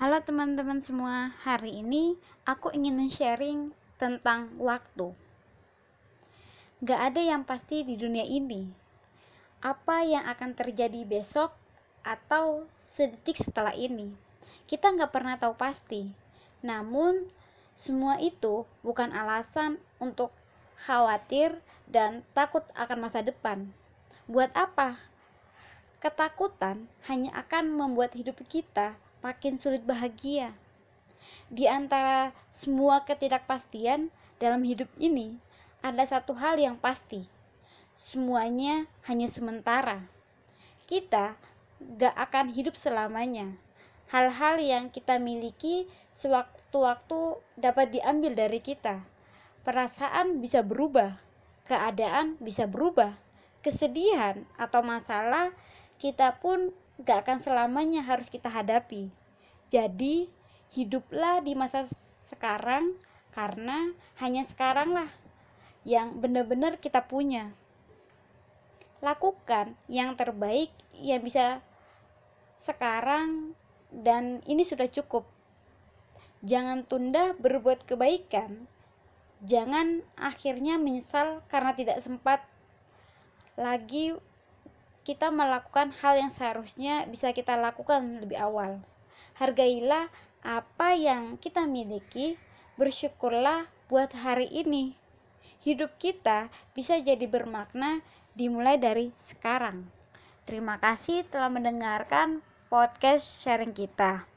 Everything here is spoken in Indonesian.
Halo teman-teman semua, hari ini aku ingin sharing tentang waktu. Gak ada yang pasti di dunia ini. Apa yang akan terjadi besok atau sedetik setelah ini, kita gak pernah tahu pasti. Namun, semua itu bukan alasan untuk khawatir dan takut akan masa depan. Buat apa? Ketakutan hanya akan membuat hidup kita makin sulit bahagia. Di antara semua ketidakpastian dalam hidup ini, ada satu hal yang pasti. Semuanya hanya sementara. Kita gak akan hidup selamanya. Hal-hal yang kita miliki sewaktu-waktu dapat diambil dari kita. Perasaan bisa berubah, keadaan bisa berubah, kesedihan atau masalah kita pun gak akan selamanya harus kita hadapi. Jadi, hiduplah di masa sekarang karena hanya sekaranglah yang benar-benar kita punya. Lakukan yang terbaik yang bisa sekarang dan ini sudah cukup. Jangan tunda berbuat kebaikan. Jangan akhirnya menyesal karena tidak sempat lagi kita melakukan hal yang seharusnya bisa kita lakukan lebih awal. Hargailah apa yang kita miliki, bersyukurlah buat hari ini. Hidup kita bisa jadi bermakna dimulai dari sekarang. Terima kasih telah mendengarkan podcast sharing kita.